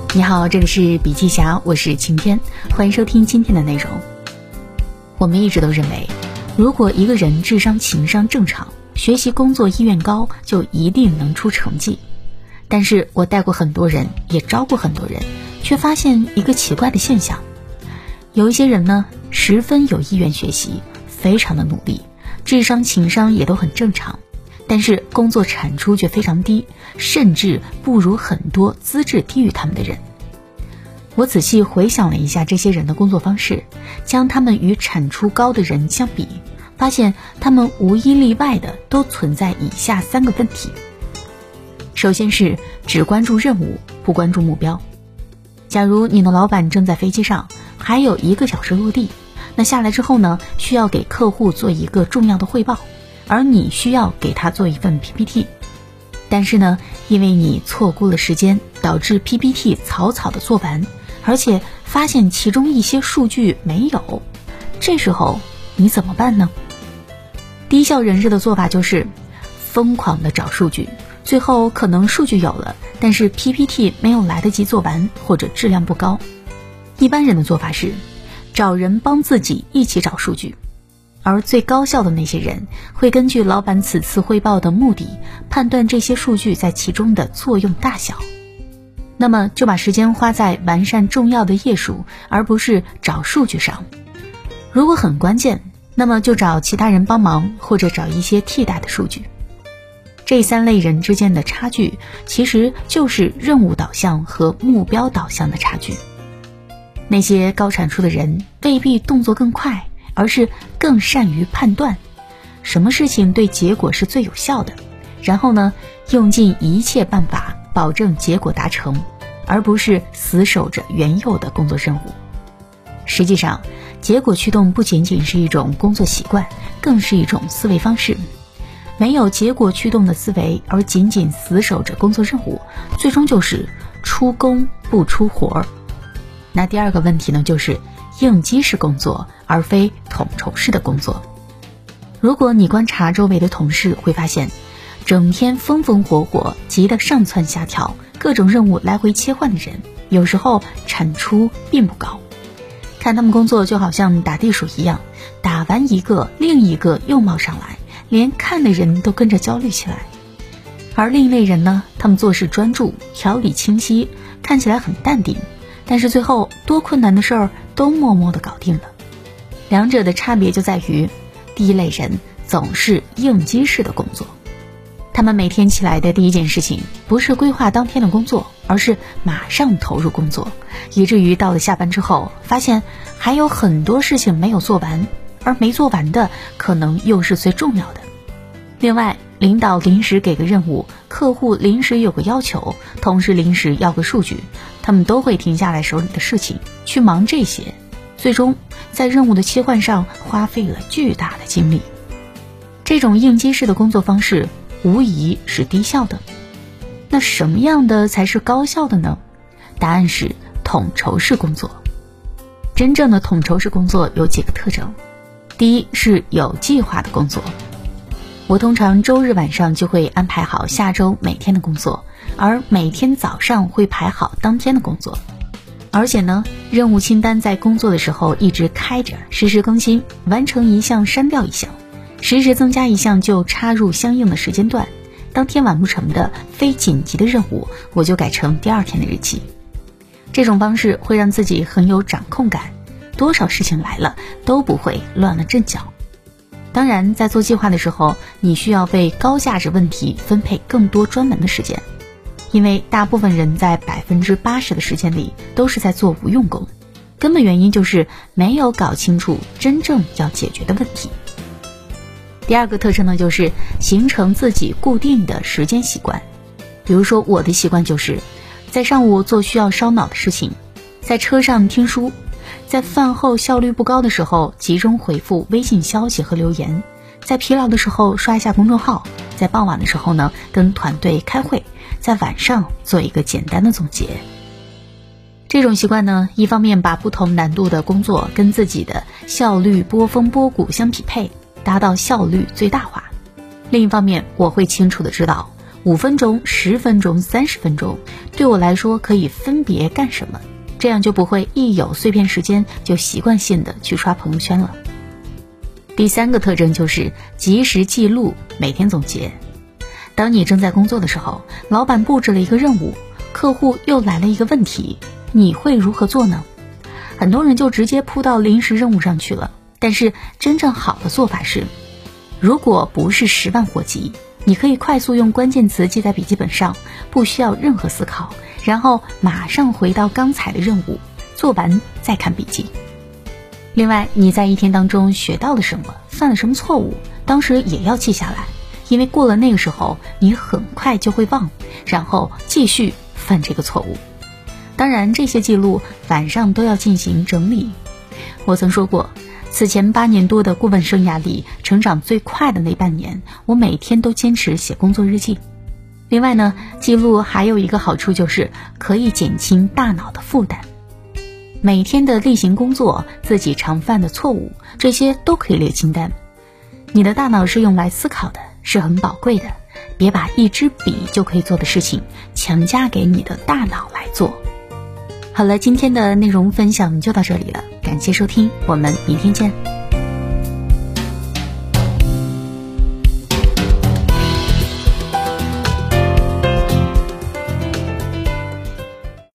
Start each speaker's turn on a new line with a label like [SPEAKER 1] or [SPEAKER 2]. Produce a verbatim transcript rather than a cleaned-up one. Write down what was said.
[SPEAKER 1] 你好，这里是笔记侠，我是晴天，欢迎收听今天的内容。我们一直都认为，如果一个人智商情商正常，学习工作意愿高，就一定能出成绩。但是我带过很多人，也招过很多人，却发现一个奇怪的现象。有一些人呢，十分有意愿学习，非常的努力，智商情商也都很正常，但是工作产出却非常低，甚至不如很多资质低于他们的人。我仔细回想了一下这些人的工作方式，将他们与产出高的人相比，发现他们无一例外的都存在以下三个问题。首先是只关注任务，不关注目标。假如你的老板正在飞机上，还有一个小时落地，那下来之后呢，需要给客户做一个重要的汇报，而你需要给他做一份 P P T。 但是呢，因为你错估了时间，导致 P P T 草草的做完，而且发现其中一些数据没有，这时候你怎么办呢？低效人士的做法就是疯狂的找数据，最后可能数据有了，但是 P P T 没有来得及做完，或者质量不高。一般人的做法是找人帮自己一起找数据，而最高效的那些人会根据老板此次汇报的目的，判断这些数据在其中的作用大小。那么就把时间花在完善重要的页数，而不是找数据上。如果很关键，那么就找其他人帮忙，或者找一些替代的数据。这三类人之间的差距，其实就是任务导向和目标导向的差距。那些高产出的人未必动作更快，而是更善于判断什么事情对结果是最有效的，然后呢，用尽一切办法保证结果达成，而不是死守着原有的工作任务。实际上，结果驱动不仅仅是一种工作习惯，更是一种思维方式。没有结果驱动的思维，而仅仅死守着工作任务，最终就是出工不出活儿。那第二个问题呢，就是应激式工作，而非统筹式的工作。如果你观察周围的同事，会发现整天风风火火，急得上蹿下跳，各种任务来回切换的人，有时候产出并不高。看他们工作就好像打地鼠一样，打完一个，另一个又冒上来，连看的人都跟着焦虑起来。而另一类人呢，他们做事专注，条理清晰，看起来很淡定，但是最后多困难的事儿都默默地搞定了。两者的差别就在于，第一类人总是应激式的工作，他们每天起来的第一件事情不是规划当天的工作，而是马上投入工作，以至于到了下班之后，发现还有很多事情没有做完，而没做完的可能又是最重要的。另外，领导临时给个任务，客户临时有个要求，同事临时要个数据，他们都会停下来手里的事情去忙这些，最终在任务的切换上花费了巨大的精力。这种应激式的工作方式无疑是低效的。那什么样的才是高效的呢？答案是统筹式工作。真正的统筹式工作有几个特征。第一是有计划的工作。我通常周日晚上就会安排好下周每天的工作，而每天早上会排好当天的工作。而且呢，任务清单在工作的时候一直开着，实时更新，完成一项删掉一项，实时增加一项就插入相应的时间段。当天完不成的非紧急的任务，我就改成第二天的日期。这种方式会让自己很有掌控感，多少事情来了都不会乱了阵脚。当然，在做计划的时候，你需要为高价值问题分配更多专门的时间，因为大部分人在百分之八十的时间里都是在做无用功，根本原因就是没有搞清楚真正要解决的问题。第二个特征呢，就是形成自己固定的时间习惯。比如说，我的习惯就是在上午做需要烧脑的事情，在车上听书，在饭后效率不高的时候集中回复微信消息和留言，在疲劳的时候刷一下公众号，在傍晚的时候呢跟团队开会，在晚上做一个简单的总结。这种习惯呢，一方面把不同难度的工作跟自己的效率波峰波谷相匹配，达到效率最大化。另一方面，我会清楚地知道五分钟、十分钟、三十分钟，对我来说可以分别干什么，这样就不会一有碎片时间就习惯性的去刷朋友圈了。第三个特征就是及时记录，每天总结。当你正在工作的时候，老板布置了一个任务，客户又来了一个问题，你会如何做呢？很多人就直接扑到临时任务上去了，但是真正好的做法是，如果不是十万火急，你可以快速用关键词记在笔记本上，不需要任何思考，然后马上回到刚才的任务，做完再看笔记。另外，你在一天当中学到了什么，犯了什么错误，当时也要记下来，因为过了那个时候，你很快就会忘，然后继续犯这个错误。当然，这些记录晚上都要进行整理。我曾说过，此前八年多的顾问生涯里，成长最快的那半年，我每天都坚持写工作日记。另外呢，记录还有一个好处，就是可以减轻大脑的负担。每天的例行工作，自己常犯的错误，这些都可以列清单。你的大脑是用来思考的，是很宝贵的，别把一支笔就可以做的事情强加给你的大脑来做。好了，今天的内容分享就到这里了，感谢收听，我们明天见。